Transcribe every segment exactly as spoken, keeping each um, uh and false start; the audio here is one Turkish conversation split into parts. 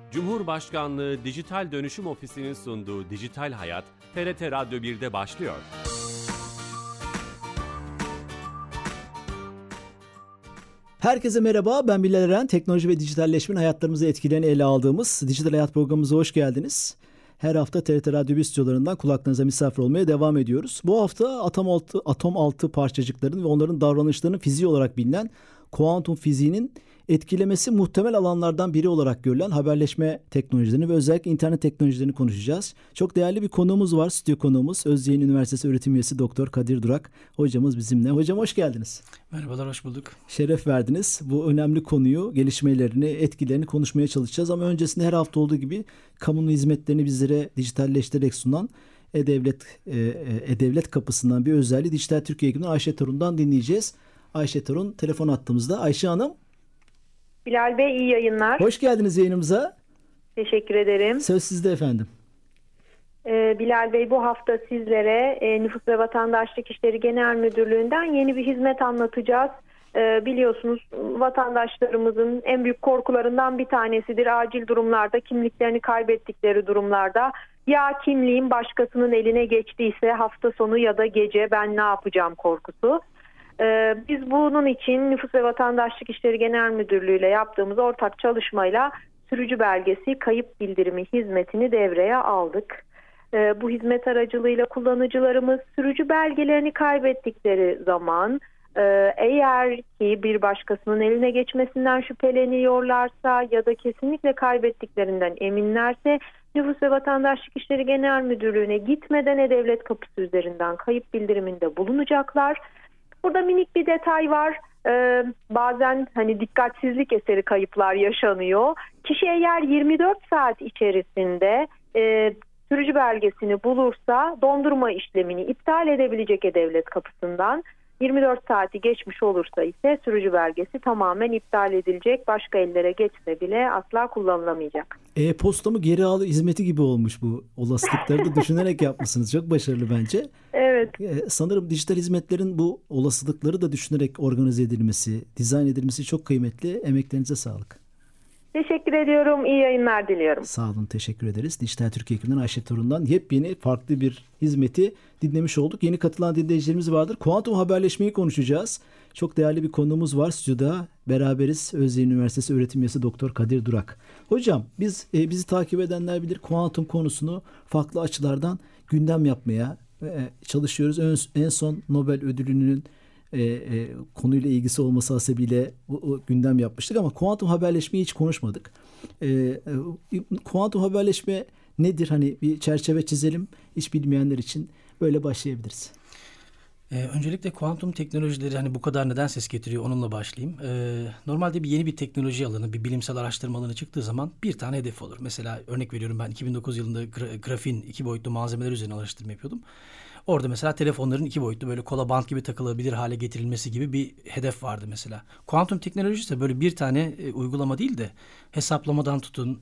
Cumhurbaşkanlığı Dijital Dönüşüm Ofisi'nin sunduğu Dijital Hayat, T R T Radyo bir'de başlıyor. Herkese merhaba, ben Bilal Eren. Teknoloji ve dijitalleşmenin hayatlarımızı etkilerini ele aldığımız Dijital Hayat programımıza hoş geldiniz. Her hafta T R T Radyo bir stüdyolarından kulaklarınıza misafir olmaya devam ediyoruz. Bu hafta atom altı, atom altı parçacıkların ve onların davranışlarının fiziği olarak bilinen kuantum fiziğinin etkilemesi muhtemel alanlardan biri olarak görülen haberleşme teknolojilerini ve özellikle internet teknolojilerini konuşacağız. Çok değerli bir konuğumuz var, stüdyo konuğumuz. Özyeğin Üniversitesi öğretim üyesi Doktor Kadir Durak hocamız bizimle. Hocam hoş geldiniz. Merhabalar, hoş bulduk. Şeref verdiniz. Bu önemli konuyu, gelişmelerini, etkilerini konuşmaya çalışacağız. Ama öncesinde her hafta olduğu gibi kamunun hizmetlerini bizlere dijitalleştirerek sunan E-Devlet, E-Devlet kapısından bir özelliği Dijital Türkiye ekibinden Ayşe Torun'dan dinleyeceğiz. Ayşe Torun telefon attığımızda. Ayşe Hanım. Bilal Bey, iyi yayınlar. Hoş geldiniz yayınımıza. Teşekkür ederim. Söz sizde efendim. Ee, Bilal Bey, bu hafta sizlere e, Nüfus ve Vatandaşlık İşleri Genel Müdürlüğü'nden yeni bir hizmet anlatacağız. Ee, biliyorsunuz vatandaşlarımızın en büyük korkularından bir tanesidir. Acil durumlarda, kimliklerini kaybettikleri durumlarda ya kimliğim başkasının eline geçtiyse hafta sonu ya da gece ben ne yapacağım korkusu. Biz bunun için Nüfus ve Vatandaşlık İşleri Genel Müdürlüğü ile yaptığımız ortak çalışmayla sürücü belgesi kayıp bildirimi hizmetini devreye aldık. Bu hizmet aracılığıyla kullanıcılarımız sürücü belgelerini kaybettikleri zaman eğer ki bir başkasının eline geçmesinden şüpheleniyorlarsa ya da kesinlikle kaybettiklerinden eminlerse Nüfus ve Vatandaşlık İşleri Genel Müdürlüğü'ne gitmeden E-Devlet kapısı üzerinden kayıp bildiriminde bulunacaklar. Burada minik bir detay var. Ee, bazen hani dikkatsizlik eseri kayıplar yaşanıyor. Kişi eğer yirmi dört saat içerisinde e, sürücü belgesini bulursa dondurma işlemini iptal edebilecek E-Devlet kapısından. yirmi dört saati geçmiş olursa ise sürücü belgesi tamamen iptal edilecek. Başka ellere geçse bile asla kullanılamayacak. E-posta mı geri al hizmeti gibi olmuş bu. Olasılıkları da düşünerek yapmışsınız. Çok başarılı bence. Evet. Ee, sanırım dijital hizmetlerin bu olasılıkları da düşünerek organize edilmesi, dizayn edilmesi çok kıymetli. Emeklerinize sağlık. Teşekkür ediyorum. İyi yayınlar diliyorum. Sağ olun, teşekkür ederiz. Dijital Türkiye ekibinden Ayşe Torun'dan yepyeni farklı bir hizmeti dinlemiş olduk. Yeni katılan dinleyicilerimiz vardır. Kuantum haberleşmeyi konuşacağız. Çok değerli bir konuğumuz var stüdyoda. Beraberiz. Özyeğin Üniversitesi öğretim üyesi Doktor Kadir Durak. Hocam biz e, bizi takip edenler bilir, kuantum konusunu farklı açılardan gündem yapmaya e, çalışıyoruz. En, en son Nobel ödülünün E, e, konuyla ilgisi olması hasebiyle o, o gündem yapmıştık ama kuantum haberleşmeyi hiç konuşmadık. E, e, kuantum haberleşme nedir? Hani bir çerçeve çizelim. Hiç bilmeyenler için böyle başlayabiliriz. Ee, öncelikle kuantum teknolojileri hani bu kadar neden ses getiriyor onunla başlayayım. Ee, normalde bir yeni bir teknoloji alanı, bir bilimsel araştırma alanı çıktığı zaman bir tane hedef olur. Mesela örnek veriyorum, ben iki bin dokuz yılında gra- grafin iki boyutlu malzemeler üzerine araştırma yapıyordum. Orada mesela telefonların iki boyutlu böyle kola bant gibi takılabilir hale getirilmesi gibi bir hedef vardı mesela. Kuantum teknolojisi de böyle bir tane e, uygulama değil de hesaplamadan tutun,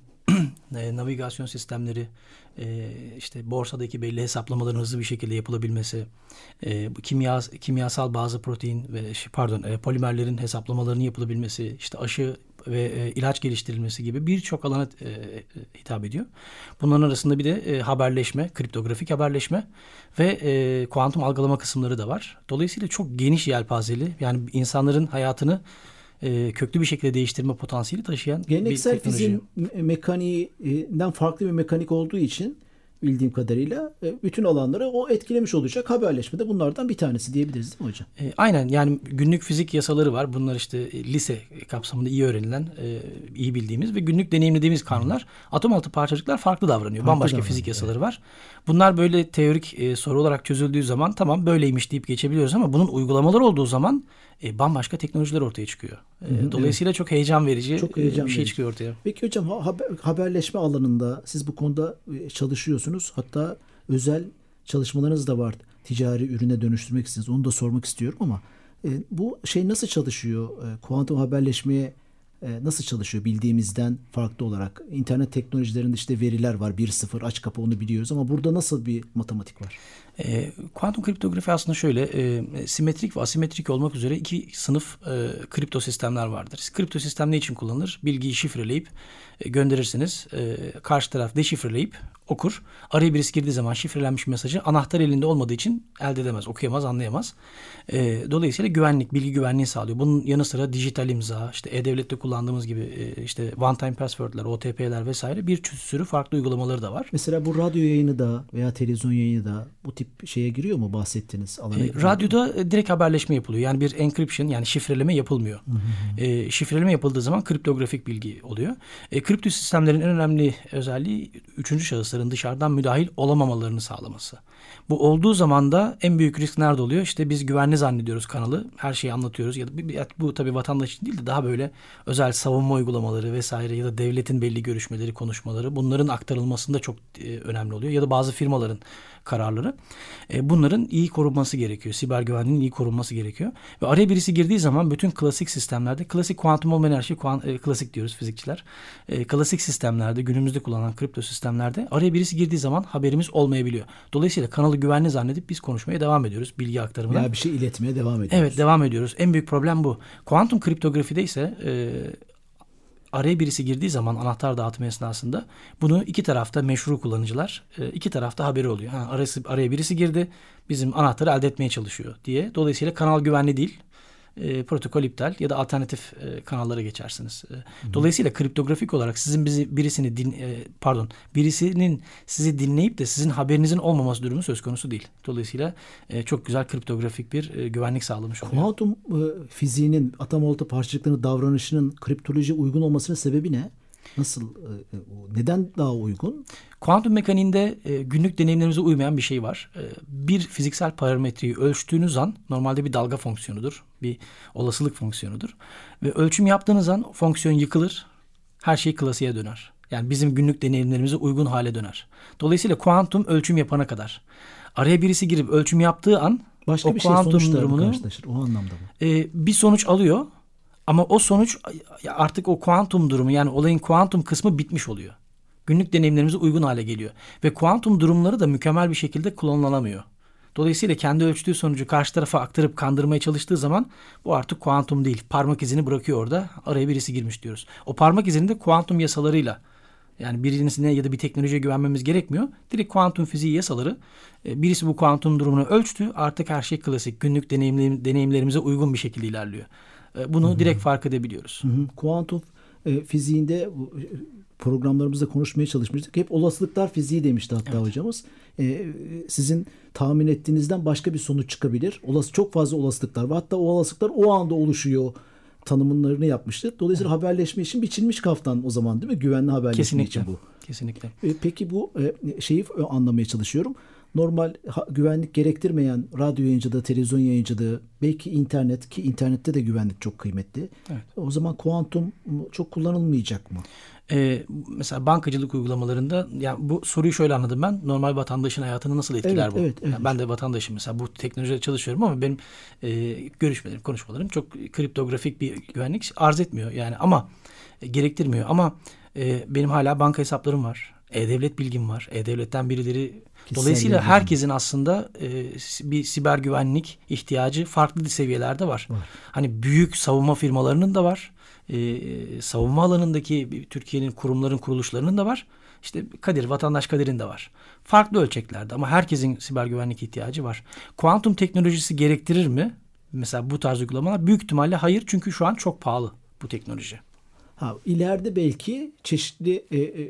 e, navigasyon sistemleri, e, işte borsadaki belli hesaplamaların hızlı bir şekilde yapılabilmesi, e, bu kimya, kimyasal bazı protein ve pardon e, polimerlerin hesaplamalarının yapılabilmesi, işte aşı ve e, ilaç geliştirilmesi gibi birçok alana e, e, hitap ediyor. Bunların arasında bir de e, haberleşme, kriptografik haberleşme ve e, kuantum algılama kısımları da var. Dolayısıyla çok geniş yelpazeli, yani insanların hayatını e, köklü bir şekilde değiştirme potansiyeli taşıyan geleneksel bir teknoloji. Geleneksel fiziğin mekaniğinden farklı bir mekanik olduğu için bildiğim kadarıyla bütün alanları o etkilemiş olacak. Haberleşme de bunlardan bir tanesi diyebiliriz değil mi hocam? E, aynen, yani günlük fizik yasaları var. Bunlar işte e, lise kapsamında iyi öğrenilen, e, iyi bildiğimiz ve günlük deneyimlediğimiz kanunlar. Hı. Atom altı parçacıklar farklı davranıyor. Farklı Bambaşka davranıyor, fizik yasaları evet. var. Bunlar böyle teorik e, soru olarak çözüldüğü zaman tamam böyleymiş deyip geçebiliyoruz ama bunun uygulamalar olduğu zaman e, bambaşka teknolojiler ortaya çıkıyor. E, hı hı, dolayısıyla evet. çok heyecan verici çok heyecan bir şey verici. çıkıyor ortaya. Peki hocam haber, haberleşme alanında siz bu konuda çalışıyorsunuz. Hatta özel çalışmalarınız da var. Ticari ürüne dönüştürmek istiyorsunuz. Onu da sormak istiyorum ama e, bu şey nasıl çalışıyor? E, kuantum haberleşmeye e, nasıl çalışıyor bildiğimizden farklı olarak? İnternet teknolojilerinde işte veriler var. bir sıfır aç kapı onu biliyoruz ama burada nasıl bir matematik var? E, kuantum kriptografi aslında şöyle e, simetrik ve asimetrik olmak üzere iki sınıf e, kripto sistemler vardır. Kripto sistem ne için kullanılır? Bilgiyi şifreleyip e, gönderirsiniz. E, karşı taraf deşifreleyip okur. Araya birisi girdiği zaman şifrelenmiş mesajı anahtar elinde olmadığı için elde edemez, okuyamaz, anlayamaz. E, dolayısıyla güvenlik, bilgi güvenliği sağlıyor. Bunun yanı sıra dijital imza, işte e-devlette kullandığımız gibi e, işte one time password'ler, O T P'ler vesaire bir sürü farklı uygulamaları da var. Mesela bu radyo yayını da veya televizyon yayını da bu tip şeye giriyor mu bahsettiğiniz alana? E, radyoda e, direkt haberleşme yapılıyor. Yani bir encryption yani şifreleme yapılmıyor. Hı hı. E, şifreleme yapıldığı zaman kriptografik bilgi oluyor. E, kripto sistemlerin en önemli özelliği üçüncü şahısların dışarıdan müdahil olamamalarını sağlaması. Bu olduğu zaman da en büyük risk nerede oluyor? İşte biz güvenli zannediyoruz kanalı. Her şeyi anlatıyoruz. Ya da bu tabii vatandaş için değil de daha böyle özel savunma uygulamaları vesaire ya da devletin belli görüşmeleri, konuşmaları bunların aktarılmasında çok e, önemli oluyor. Ya da bazı firmaların kararları. E, bunların iyi korunması gerekiyor. Siber güvenliğin iyi korunması gerekiyor. Ve araya birisi girdiği zaman bütün klasik sistemlerde, klasik kuantum olmayan her şey kuant, e, klasik diyoruz fizikçiler. E, klasik sistemlerde, günümüzde kullanılan kripto sistemlerde araya birisi girdiği zaman haberimiz olmayabiliyor. Dolayısıyla kanalı güvenli zannedip biz konuşmaya devam ediyoruz. Bilgi aktarımına. Ya bir şey iletmeye devam ediyoruz. Evet, devam ediyoruz. En büyük problem bu. Kuantum kriptografide ise e, araya birisi girdiği zaman anahtar dağıtımı esnasında bunu iki tarafta meşru kullanıcılar e, iki tarafta haberi oluyor. Ha, arası, araya birisi girdi, bizim anahtarı elde etmeye çalışıyor diye. Dolayısıyla kanal güvenli değil. E, protokol iptal ya da alternatif e, kanallara geçersiniz. E, dolayısıyla kriptografik olarak sizin bizi birisini din, e, pardon birisinin sizi dinleyip de sizin haberinizin olmaması durumu söz konusu değil. Dolayısıyla e, çok güzel kriptografik bir e, güvenlik sağlamış oluyor. Kuantum e, fiziğinin atom olta parçacıklarının davranışının kriptolojiye uygun olmasının sebebi ne? Nasıl? E, neden daha uygun? Kuantum mekaniğinde e, günlük deneyimlerimize uymayan bir şey var. E, bir fiziksel parametreyi ölçtüğünüz an normalde bir dalga fonksiyonudur. Bir olasılık fonksiyonudur. Ve ölçüm yaptığınız an fonksiyon yıkılır. Her şey klasiğe döner. Yani bizim günlük deneyimlerimize uygun hale döner. Dolayısıyla kuantum ölçüm yapana kadar. Araya birisi girip ölçüm yaptığı an başka o bir şey sonuçlarla karşılaşır. O anlamda mı? E, bir sonuç alıyor. Ama o sonuç artık o kuantum durumu yani olayın kuantum kısmı bitmiş oluyor. Günlük deneyimlerimize uygun hale geliyor. Ve kuantum durumları da mükemmel bir şekilde kullanılamıyor. Dolayısıyla kendi ölçtüğü sonucu karşı tarafa aktarıp kandırmaya çalıştığı zaman bu artık kuantum değil. Parmak izini bırakıyor orada. Araya birisi girmiş diyoruz. O parmak izini de kuantum yasalarıyla yani birisine ya da bir teknolojiye güvenmemiz gerekmiyor. Direkt kuantum fiziği yasaları birisi bu kuantum durumunu ölçtü. Artık her şey klasik. Günlük deneyimlerimize uygun bir şekilde ilerliyor. Bunu Hı-hı. direkt fark edebiliyoruz. Hı-hı. Kuantum e, fiziğinde programlarımızda konuşmaya çalışmıştık. Hep olasılıklar fiziği demişti hatta evet. hocamız. E, sizin tahmin ettiğinizden başka bir sonuç çıkabilir. Olası çok fazla olasılıklar var. Hatta o olasılıklar o anda oluşuyor tanımlarını yapmıştı. Dolayısıyla evet. haberleşme için biçilmiş kaftan o zaman değil mi? Güvenli haberleşme Kesinlikle. için bu. Kesinlikle. E, peki bu e, şeyi anlamaya çalışıyorum. Normal ha, güvenlik gerektirmeyen radyo yayıncılığı, televizyon yayıncılığı, belki internet ki internette de güvenlik çok kıymetli. Evet. O zaman kuantum çok kullanılmayacak mı? Ee, mesela bankacılık uygulamalarında yani bu soruyu şöyle anladım ben. Normal vatandaşın hayatını nasıl etkiler evet, bu? Evet, evet. Yani ben de vatandaşım mesela bu teknolojide çalışıyorum ama benim e, görüşmelerim, konuşmalarım çok kriptografik bir güvenlik arz etmiyor. Yani ama e, gerektirmiyor ama e, benim hala banka hesaplarım var. E-Devlet bilgim var. E-Devlet'ten birileri Kişisel dolayısıyla bilgim. Herkesin aslında e, bir siber güvenlik ihtiyacı farklı seviyelerde var. var. Hani büyük savunma firmalarının da var. E, savunma alanındaki Türkiye'nin kurumların, kuruluşlarının da var. İşte Kadir, vatandaş Kadir'in de var. Farklı ölçeklerde ama herkesin siber güvenlik ihtiyacı var. Kuantum teknolojisi gerektirir mi? Mesela bu tarz uygulamalar büyük ihtimalle hayır. Çünkü şu an çok pahalı bu teknoloji. Ha, ileride belki çeşitli e, e,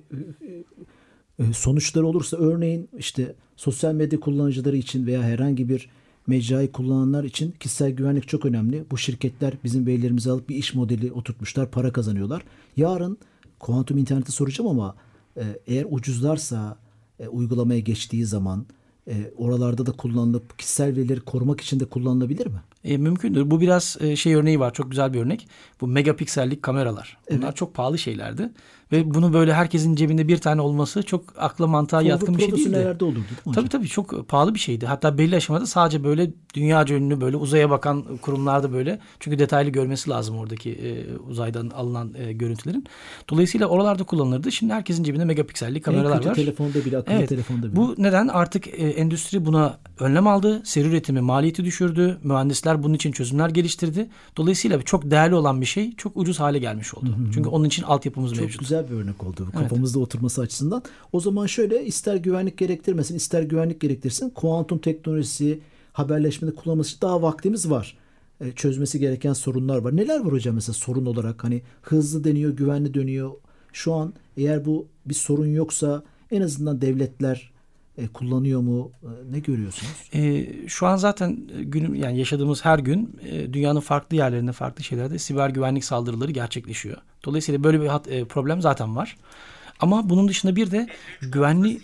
e, sonuçlar olursa örneğin işte sosyal medya kullanıcıları için veya herhangi bir mecrayı kullananlar için kişisel güvenlik çok önemli. Bu şirketler bizim verilerimizi alıp bir iş modeli oturtmuşlar, para kazanıyorlar. Yarın kuantum interneti soracağım ama e, eğer ucuzlarsa e, uygulamaya geçtiği zaman e, oralarda da kullanılıp kişisel verileri korumak için de kullanılabilir mi? E, mümkündür. Bu biraz e, şey örneği var. Çok güzel bir örnek. Bu megapiksellik kameralar. Bunlar Evet. çok pahalı şeylerdi. Ve bunu böyle herkesin cebinde bir tane olması çok akla mantığa yatkın bir şey değildi. Profesyonellerde olurdu değil mi hocam? Tabii tabii çok pahalı bir şeydi. Hatta belli aşamada sadece böyle dünyaca ünlü böyle uzaya bakan kurumlarda böyle. Çünkü detaylı görmesi lazım oradaki e, uzaydan alınan e, görüntülerin. Dolayısıyla oralarda kullanılırdı. Şimdi herkesin cebinde megapikselli kameralar en kötü var. telefonda bile, akıllı Evet. telefonda bile. Bu neden artık e, endüstri buna önlem aldı. Seri üretimi maliyeti düşürdü. Mühendisler bunun için çözümler geliştirdi. Dolayısıyla çok değerli olan bir şey çok ucuz hale gelmiş oldu. Hı hı. Çünkü onun için altyapımız çok mevcut. Çok güzel bir örnek oldu. Evet. Kafamızda oturması açısından. O zaman şöyle, ister güvenlik gerektirmesin, ister güvenlik gerektirsin. Kuantum teknolojisi haberleşmede kullanılması için daha vaktimiz var. E, çözmesi gereken sorunlar var. Neler var hocam mesela sorun olarak? Hani hızlı deniyor, güvenli dönüyor. Şu an eğer bu bir sorun yoksa en azından devletler e, kullanıyor mu? E, ne görüyorsunuz? E, şu an zaten günüm yani yaşadığımız her gün e, dünyanın farklı yerlerinde, farklı şeylerde siber güvenlik saldırıları gerçekleşiyor. Dolayısıyla böyle bir hat, e, problem zaten var. Ama bunun dışında bir de güvenli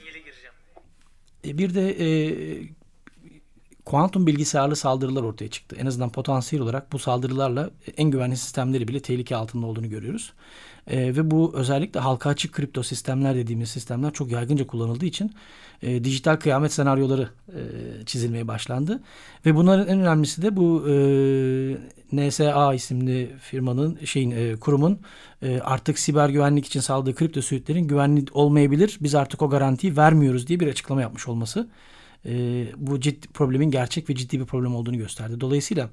e, bir de e, kuantum bilgisayarlı saldırılar ortaya çıktı. En azından potansiyel olarak bu saldırılarla en güvenli sistemleri bile tehlike altında olduğunu görüyoruz. Ee, ve bu özellikle halka açık kripto sistemler dediğimiz sistemler çok yaygınca kullanıldığı için e, dijital kıyamet senaryoları e, çizilmeye başlandı. Ve bunların en önemlisi de bu e, N S A isimli firmanın şeyin e, kurumun e, artık siber güvenlik için sağladığı kripto suitlerin güvenli olmayabilir. Biz artık o garantiyi vermiyoruz diye bir açıklama yapmış olması. E, bu ciddi problemin gerçek ve ciddi bir problem olduğunu gösterdi. Dolayısıyla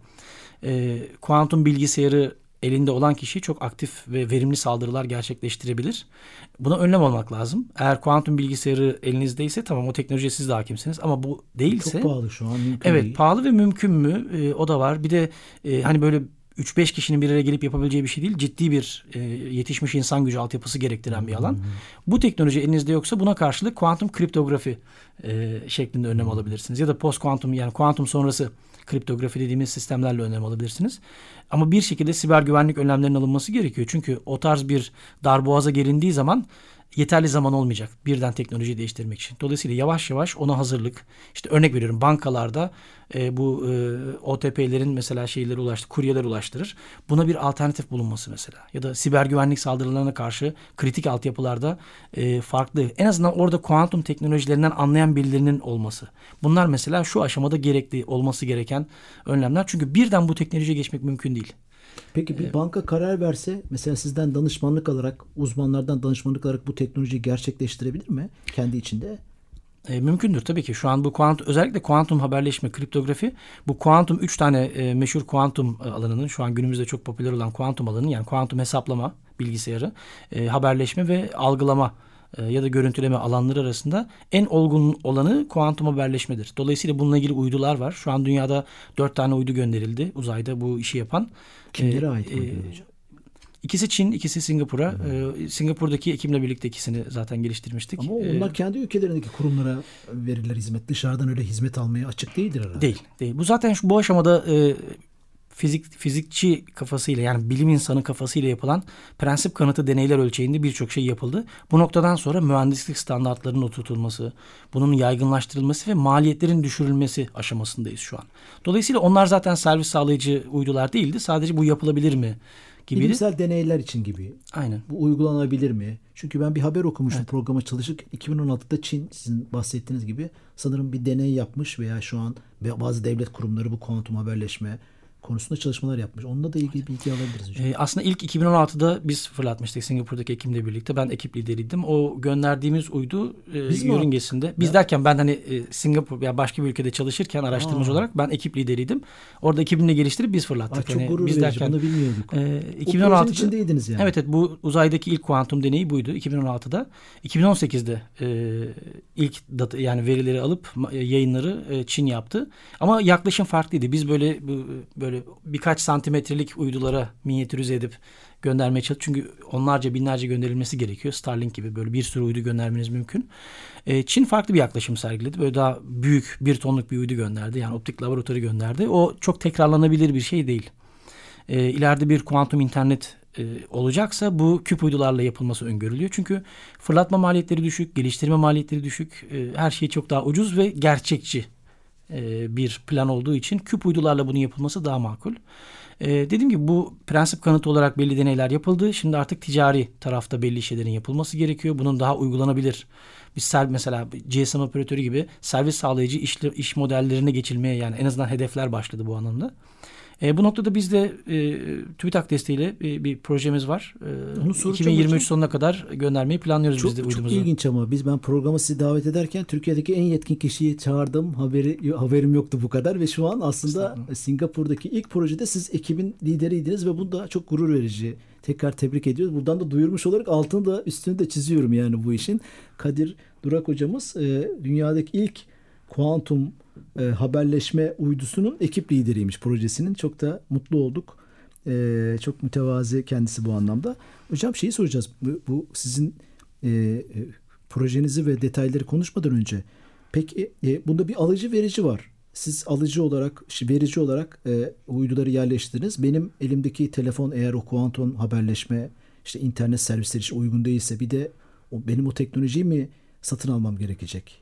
e, kuantum bilgisayarı elinde olan kişi çok aktif ve verimli saldırılar gerçekleştirebilir. Buna önlem almak lazım. Eğer kuantum bilgisayarı elinizdeyse tamam, o teknolojiye siz de hakimsiniz. Ama bu değilse... Çok pahalı şu an. Mümkün evet değil. Pahalı ve mümkün mü? E, o da var. Bir de e, hani böyle üç beş kişinin bir araya gelip yapabileceği bir şey değil. Ciddi bir e, yetişmiş insan gücü altyapısı gerektiren bir alan. Hmm. Bu teknoloji elinizde yoksa buna karşılık kuantum kriptografi e, şeklinde önlem hmm. alabilirsiniz. Ya da post kuantum yani kuantum sonrası kriptografi dediğimiz sistemlerle önlem alabilirsiniz. Ama bir şekilde siber güvenlik önlemlerinin alınması gerekiyor. Çünkü o tarz bir darboğaza gelindiği zaman yeterli zaman olmayacak birden teknolojiyi değiştirmek için. Dolayısıyla yavaş yavaş ona hazırlık. İşte örnek veriyorum, bankalarda e, bu e, O T P'lerin mesela şeyleri ulaştı, kuryeler ulaştırır. Buna bir alternatif bulunması mesela. Ya da siber güvenlik saldırılarına karşı kritik altyapılarda e, farklı. En azından orada kuantum teknolojilerinden anlayan birilerinin olması. Bunlar mesela şu aşamada gerekli olması gereken önlemler. Çünkü birden bu teknolojiye geçmek mümkün değil. Peki bir banka karar verse mesela sizden danışmanlık alarak, uzmanlardan danışmanlık alarak bu teknolojiyi gerçekleştirebilir mi kendi içinde? E, mümkündür tabii ki. Şu an bu kuantum, özellikle kuantum haberleşme, kriptografi, bu kuantum üç tane e, meşhur kuantum alanının, şu an günümüzde çok popüler olan kuantum alanının, yani kuantum hesaplama bilgisayarı, e, haberleşme ve algılama e, ya da görüntüleme alanları arasında en olgun olanı kuantum haberleşmedir. Dolayısıyla bununla ilgili uydular var. Şu an dünyada dört tane uydu gönderildi uzayda bu işi yapan. Kimlere e, ait e, hocam? İkisi Çin, ikisi Singapur'a. Ee, Singapur'daki ekibimle birlikte ikisini zaten geliştirmiştik. Ama onlar ee, kendi ülkelerindeki kurumlara verirler hizmet. Dışarıdan öyle hizmet almaya açık değildir herhalde. Değil, değil. Bu zaten şu, bu aşamada e, fizik fizikçi kafasıyla, yani bilim insanı kafasıyla yapılan prensip kanıtı deneyler ölçeğinde birçok şey yapıldı. Bu noktadan sonra mühendislik standartlarının oturtulması, bunun yaygınlaştırılması ve maliyetlerin düşürülmesi aşamasındayız şu an. Dolayısıyla onlar zaten servis sağlayıcı uydular değildi. Sadece bu yapılabilir mi gibi. Bilimsel deneyler için gibi. Aynen. Bu uygulanabilir mi? Çünkü ben bir haber okumuştum, evet, programa çalışırken. iki bin on altıda Çin, sizin bahsettiğiniz gibi, sanırım bir deney yapmış veya şu an bazı devlet kurumları bu kuantum haberleşme konusunda çalışmalar yapmış. Onunla da ilgili bilgi alabiliriz hocam. Ee, aslında ilk iki bin on altıda biz fırlatmıştık Singapur'daki ekibimle birlikte. Ben ekip lideriydim. O gönderdiğimiz uydu e, yörüngesinde. Biz ya. derken ben hani e, Singapur ya başka bir ülkede çalışırken araştırmacı Aa. olarak ben ekip lideriydim. Orada ekibimle geliştirip biz fırlattık. Aa, çok yani gurur biz verici. derken, bunu bilmiyorduk. E, iki bin on altıda, o projenin içindeydiniz yani. Evet evet, bu uzaydaki ilk kuantum deneyi buydu iki bin on altıda. iki bin on sekizde e, ilk data, yani verileri alıp yayınları e, Çin yaptı. Ama yaklaşım farklıydı. Biz böyle böyle birkaç santimetrelik uydulara minyatürize edip göndermeye çalıştık. Çünkü onlarca binlerce gönderilmesi gerekiyor. Starlink gibi böyle bir sürü uydu göndermeniz mümkün. Ee, Çin farklı bir yaklaşım sergiledi. Böyle daha büyük bir tonluk bir uydu gönderdi. Yani optik laboratuvarı gönderdi. O çok tekrarlanabilir bir şey değil. Ee, ileride bir kuantum internet e, olacaksa bu küp uydularla yapılması öngörülüyor. Çünkü fırlatma maliyetleri düşük, geliştirme maliyetleri düşük. E, her şey çok daha ucuz ve gerçekçi e, bir plan olduğu için küp uydularla bunun yapılması daha makul. E, dediğim gibi bu prensip kanıtı olarak belli deneyler yapıldı. Şimdi artık ticari tarafta belli şeylerin yapılması gerekiyor. Bunun daha uygulanabilir bir ser, mesela G S M operatörü gibi servis sağlayıcı iş, iş modellerine geçilmeye, yani en azından hedefler başladı bu anlamda. E, bu noktada biz de e, TÜBİTAK desteğiyle bir, bir projemiz var. E, iki bin yirmi üç sonuna kadar göndermeyi planlıyoruz çok, biz de uydumuzu. uydumuzu. Çok ilginç ama biz ben programa sizi davet ederken Türkiye'deki en yetkin kişiyi çağırdım. Haberi haberim yoktu bu kadar ve şu an aslında Singapur'daki ilk projede siz ekibin lideriydiniz ve bu da çok gurur verici. Tekrar tebrik ediyoruz. Buradan da duyurmuş olarak altını da üstünü de çiziyorum yani bu işin. Kadir Durak hocamız e, dünyadaki ilk kuantum e, haberleşme uydusunun ekip lideriymiş projesinin. Çok da mutlu olduk. E, çok mütevazi kendisi bu anlamda. Hocam şeyi soracağız. Bu, bu sizin e, e, projenizi ve detayları konuşmadan önce. Peki e, bunda bir alıcı verici var. Siz alıcı olarak, verici olarak e, uyduları yerleştirdiniz. Benim elimdeki telefon eğer o kuantum haberleşme, işte internet servisleri için uygun değilse bir de o, benim o teknolojiyi mi satın almam gerekecek?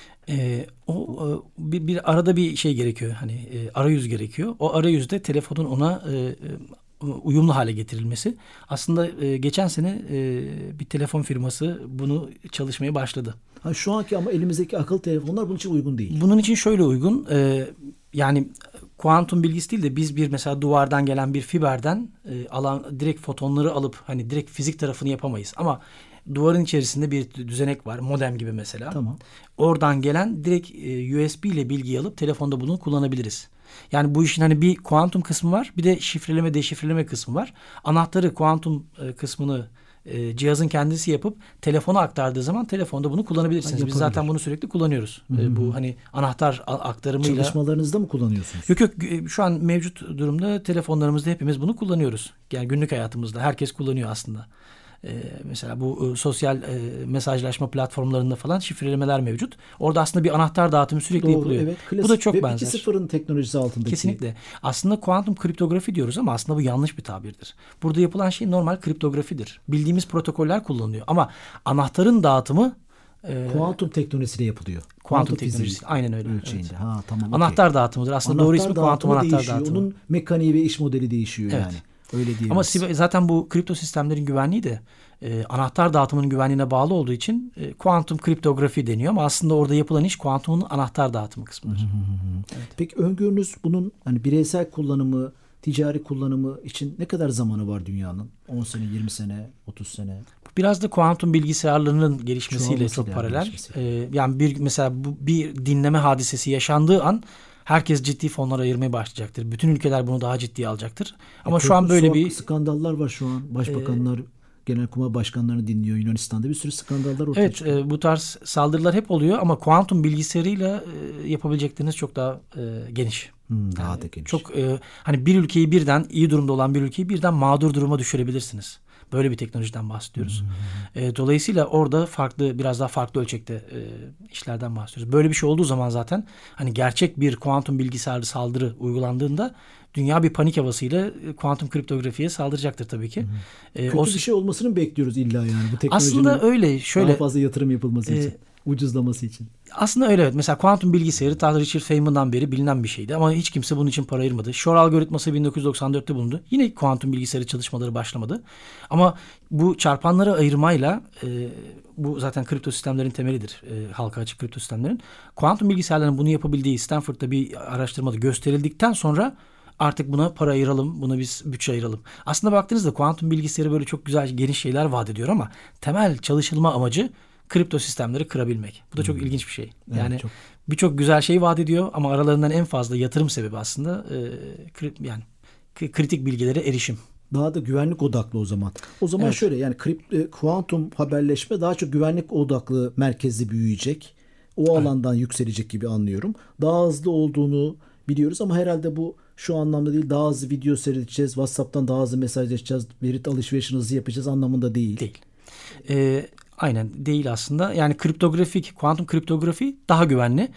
E, o bir, bir arada bir şey gerekiyor. Hani e, arayüz gerekiyor. O arayüzde telefonun ona e, uyumlu hale getirilmesi. Aslında e, geçen sene e, bir telefon firması bunu çalışmaya başladı. Ha, şu anki ama elimizdeki akıllı telefonlar bunun için uygun değil. Bunun için şöyle uygun. E, yani kuantum bilgisi değil de biz bir mesela duvardan gelen bir fiberden e, alan direkt fotonları alıp hani direkt fizik tarafını yapamayız. Ama duvarın içerisinde bir düzenek var. Modem gibi mesela. Tamam. Oradan gelen direkt e, U S B ile bilgiyi alıp telefonda bunu kullanabiliriz. Yani bu işin hani bir kuantum kısmı var, bir de şifreleme, deşifreleme kısmı var. Anahtarı, kuantum e, kısmını e, cihazın kendisi yapıp telefona aktardığı zaman telefonda bunu kullanabilirsiniz. Biz zaten bunu sürekli kullanıyoruz. E, bu hani anahtar aktarımıyla. Çalışmalarınızda mı kullanıyorsunuz? Yok yok, şu an mevcut durumda telefonlarımızda hepimiz bunu kullanıyoruz. Yani günlük hayatımızda herkes kullanıyor aslında. Ee, mesela bu e, sosyal e, mesajlaşma platformlarında falan şifrelemeler mevcut. Orada aslında bir anahtar dağıtımı sürekli Doğru, yapılıyor. Evet, klasik. Bu da çok Web benzer. iki nokta sıfırın teknolojisi altındaki. Kesinlikle. Aslında kuantum kriptografi diyoruz ama aslında bu yanlış bir tabirdir. Burada yapılan şey normal kriptografidir. Bildiğimiz protokoller kullanılıyor ama anahtarın dağıtımı e, kuantum teknolojisiyle yapılıyor. Kuantum, kuantum teknolojisi. fiziği Aynen öyle. Ölçeğinde. Evet. Ha, tamam, anahtar okay. dağıtımıdır. Aslında anahtar doğru ismi kuantum anahtar değişiyor. dağıtımı. Onun mekaniği ve iş modeli değişiyor evet. yani. Öyle diyebiliriz. Ama zaten bu kripto sistemlerin güvenliği de e, anahtar dağıtımının güvenliğine bağlı olduğu için e, kuantum kriptografi deniyor ama aslında orada yapılan iş kuantumun anahtar dağıtımı kısmıdır. Evet. Peki öngörünüz bunun hani bireysel kullanımı, ticari kullanımı için ne kadar zamanı var dünyanın? on sene, yirmi sene, otuz sene? Biraz da kuantum bilgisayarlarının gelişmesiyle çok paralel. Ee, yani bir mesela bu bir dinleme hadisesi yaşandığı an herkes ciddi fonlar ayırmaya başlayacaktır. Bütün ülkeler bunu daha ciddiye alacaktır. Ama e, şu an böyle bir skandallar var şu an. Başbakanlar, e, Genelkurmay başkanlarını dinliyor. Yunanistan'da bir sürü skandallar ortaya evet, çıkıyor. Evet, e, bu tarz saldırılar hep oluyor ama kuantum bilgisayarıyla e, yapabilecekleriniz çok daha e, geniş. Hmm, daha yani da geniş. Çok e, hani bir ülkeyi birden iyi durumda olan bir ülkeyi birden mağdur duruma düşürebilirsiniz. Böyle bir teknolojiden bahsediyoruz. Hmm. E, dolayısıyla orada farklı, biraz daha farklı ölçekte e, işlerden bahsediyoruz. Böyle bir şey olduğu zaman zaten hani gerçek bir kuantum bilgisayarlı saldırı uygulandığında dünya bir panik havasıyla kuantum kriptografiye saldıracaktır tabii ki. E, Kötü o, bir şey olmasını bekliyoruz illa yani bu teknolojinin. Aslında öyle. Şöyle, daha fazla yatırım yapılması e, için. Ucuzlaması için. Aslında öyle evet. Mesela kuantum bilgisayarı ta Richard Feynman'dan beri bilinen bir şeydi ama hiç kimse bunun için para ayırmadı. Shor algoritması bin dokuz yüz doksan dörtte bulundu. Yine kuantum bilgisayarı çalışmaları başlamadı. Ama bu çarpanları ayırmayla e, bu zaten kripto sistemlerin temelidir. E, halka açık kripto sistemlerin. Kuantum bilgisayarların bunu yapabildiği Stanford'da bir araştırmada gösterildikten sonra artık buna para ayıralım, buna biz bütçe ayıralım. Aslında baktığınızda kuantum bilgisayarı böyle çok güzel, geniş şeyler vaat ediyor ama temel çalışılma amacı kripto sistemleri kırabilmek. Bu da çok hmm. ilginç bir şey. Yani evet, çok... birçok güzel şey vaat ediyor ama aralarından en fazla yatırım sebebi aslında e, kri, yani kritik bilgilere erişim. Daha da güvenlik odaklı o zaman. O zaman evet. şöyle yani kript, kuantum haberleşme daha çok güvenlik odaklı merkezli büyüyecek. O evet. alandan yükselecek gibi anlıyorum. Daha hızlı olduğunu biliyoruz ama herhalde bu şu anlamda değil. Daha hızlı video seyredeceğiz. WhatsApp'tan daha hızlı mesajlaşacağız. Veri alışverişini hızlı yapacağız anlamında değil. Değil. Ee, aynen değil aslında. Yani kriptografik, kuantum kriptografi daha güvenli.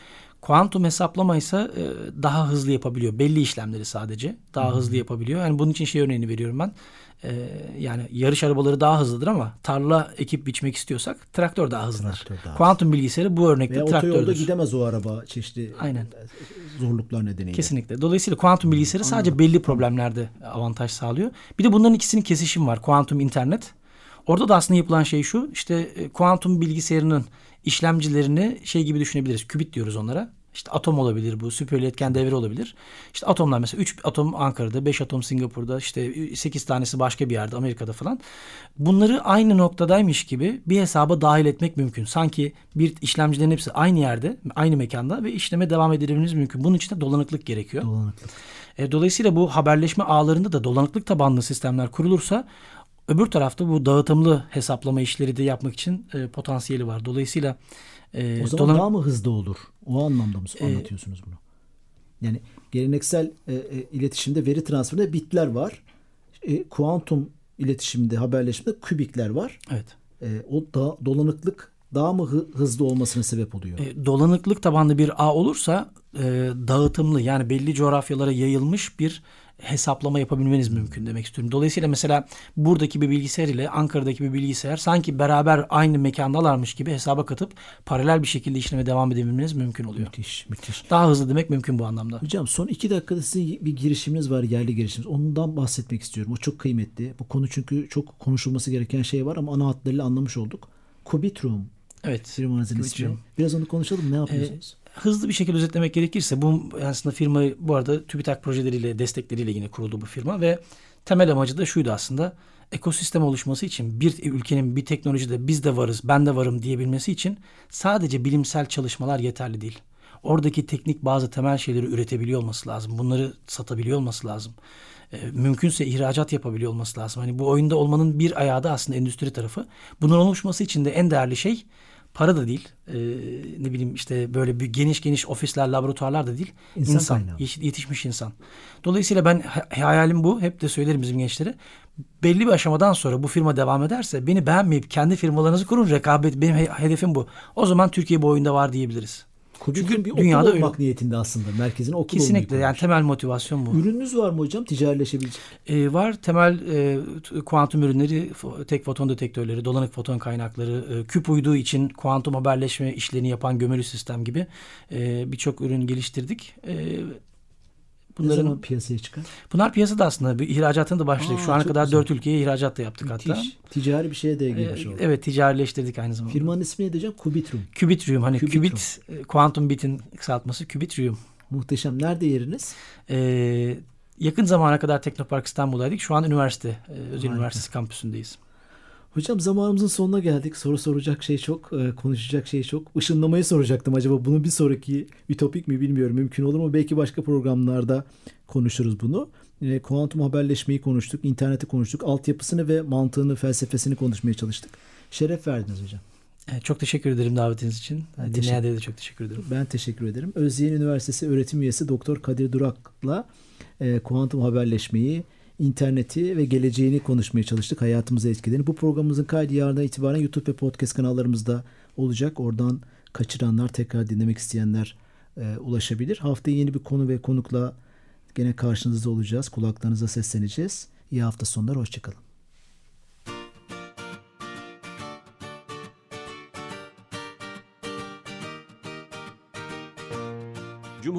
Kuantum hesaplama ise e, daha hızlı yapabiliyor. Belli işlemleri sadece daha hmm. hızlı yapabiliyor. Yani bunun için şey örneğini veriyorum ben. E, yani yarış arabaları daha hızlıdır ama tarla ekip biçmek istiyorsak traktör daha hızlıdır. Kuantum bilgisayarı bu örnekte veya traktördür. Otoyolda gidemez o araba çeşitli Aynen. zorluklar nedeniyle. Kesinlikle. Dolayısıyla kuantum bilgisayarı hmm. sadece belli problemlerde avantaj sağlıyor. Bir de bunların ikisinin kesişimi var. Kuantum internet. Orada da aslında yapılan şey şu. İşte kuantum bilgisayarının işlemcilerini şey gibi düşünebiliriz. Kübit diyoruz onlara. İşte atom olabilir bu. Süper iletken devre olabilir. İşte atomlar mesela üç atom Ankara'da, beş atom Singapur'da, işte sekiz tanesi başka bir yerde, Amerika'da falan. Bunları aynı noktadaymış gibi bir hesaba dahil etmek mümkün. Sanki bir işlemcilerin hepsi aynı yerde, aynı mekanda ve işleme devam edebilmeniz mümkün. Bunun için de dolanıklık gerekiyor. Dolanıklık. E, dolayısıyla bu haberleşme ağlarında da dolanıklık tabanlı sistemler kurulursa öbür tarafta bu dağıtımlı hesaplama işleri de yapmak için e, potansiyeli var. Dolayısıyla e, o zaman dolan- daha mı hızlı olur? O anlamda mı e, anlatıyorsunuz bunu? Yani geleneksel e, e, iletişimde veri transferinde bitler var. E, kuantum iletişimde, haberleşmede kübikler var. Evet. E, o da dolanıklık daha mı hı, hızlı olmasına sebep oluyor? E, dolanıklık tabanlı bir ağ olursa e, dağıtımlı yani belli coğrafyalara yayılmış bir hesaplama yapabilmeniz mümkün demek istiyorum. Dolayısıyla mesela buradaki bir bilgisayar ile Ankara'daki bir bilgisayar sanki beraber aynı mekandalarmış gibi hesaba katıp paralel bir şekilde işleme devam edebilmeniz mümkün oluyor. Müthiş, müthiş. Daha hızlı demek mümkün bu anlamda. Hocam son iki dakikada sizin bir girişiminiz var, yerli girişiminiz. Ondan bahsetmek istiyorum. O çok kıymetli. Bu konu çünkü çok konuşulması gereken şey var ama ana hatlarıyla anlamış olduk. Kubitroom. Evet. Firmanızın ismi. Biraz onu konuşalım. Ne yapıyorsunuz? Ee, hızlı bir şekilde özetlemek gerekirse bu aslında firma bu arada TÜBİTAK projeleriyle, destekleriyle yine kuruldu bu firma ve temel amacı da şuydu aslında. Ekosistem oluşması için bir ülkenin bir teknolojide biz de varız, ben de varım diyebilmesi için sadece bilimsel çalışmalar yeterli değil. Oradaki teknik bazı temel şeyleri üretebiliyor olması lazım. Bunları satabiliyor olması lazım. E, mümkünse ihracat yapabiliyor olması lazım. Hani bu oyunda olmanın bir ayağı da aslında endüstri tarafı. Bunun oluşması için de en değerli şey para da değil. E, ne bileyim işte böyle bir geniş geniş ofisler, laboratuvarlar da değil. İnsan, insan yetişmiş insan. Dolayısıyla ben hayalim bu. Hep de söylerim bizim gençlere. Belli bir aşamadan sonra bu firma devam ederse beni beğenmeyip kendi firmalarınızı kurun. Rekabet benim hedefim bu. O zaman Türkiye bu oyunda var diyebiliriz. Çünkü bir dünyada okul olmak öyle. Niyetinde aslında. Merkezin okul olmayı kesinlikle yani temel motivasyon bu. Ürününüz var mı hocam? Ticarileşebilecek? Ee, var. Temel e, kuantum ürünleri, tek foton detektörleri, dolanık foton kaynakları, e, küp uydu için kuantum haberleşme işlerini yapan gömülü sistem gibi e, birçok ürün geliştirdik. E, Bunların, ne zaman piyasaya çıkar? Bunlar piyasada aslında. Bir ihracatını da başladık. Aa, şu ana kadar dört ülkeye ihracat da yaptık Müthiş. hatta. Ticari bir şeye de girmiş oldu. Evet, ticarileştirdik aynı zamanda. Firmanın ismi ne diyeceğim? Kubitroom. Kubitroom. Hani Kubit, kuantum bitin kısaltması Kubitroom. Muhteşem. Nerede yeriniz? Ee, yakın zamana kadar Teknopark İstanbul'daydık. Şu an üniversite, Özel Harika. Üniversitesi kampüsündeyiz. Hocam zamanımızın sonuna geldik. Soru soracak şey çok, konuşacak şey çok. Işınlamayı soracaktım. Acaba bunun bir sonraki ütopik mi bilmiyorum. Mümkün olur mu? Belki başka programlarda konuşuruz bunu. E, kuantum haberleşmeyi konuştuk. İnterneti konuştuk. Altyapısını ve mantığını, felsefesini konuşmaya çalıştık. Şeref verdiniz hocam. Çok teşekkür ederim davetiniz için. Dinleyenlere de çok teşekkür ederim. Ben teşekkür ederim. Özyeğin Üniversitesi öğretim üyesi Doktor Kadir Durak'la e, kuantum haberleşmeyi, İnterneti ve geleceğini konuşmaya çalıştık. Hayatımıza etkilerini. Bu programımızın kaydı yarından itibaren YouTube ve podcast kanallarımızda olacak. Oradan kaçıranlar, tekrar dinlemek isteyenler e, ulaşabilir. Haftaya yeni bir konu ve konukla gene karşınızda olacağız. Kulaklarınıza sesleneceğiz. İyi hafta sonları. Hoşçakalın.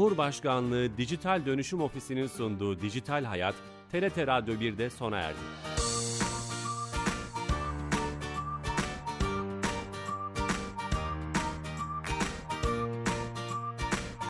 Cumhurbaşkanlığı Dijital Dönüşüm Ofisi'nin sunduğu Dijital Hayat, T R T Radyo bir'de sona erdi.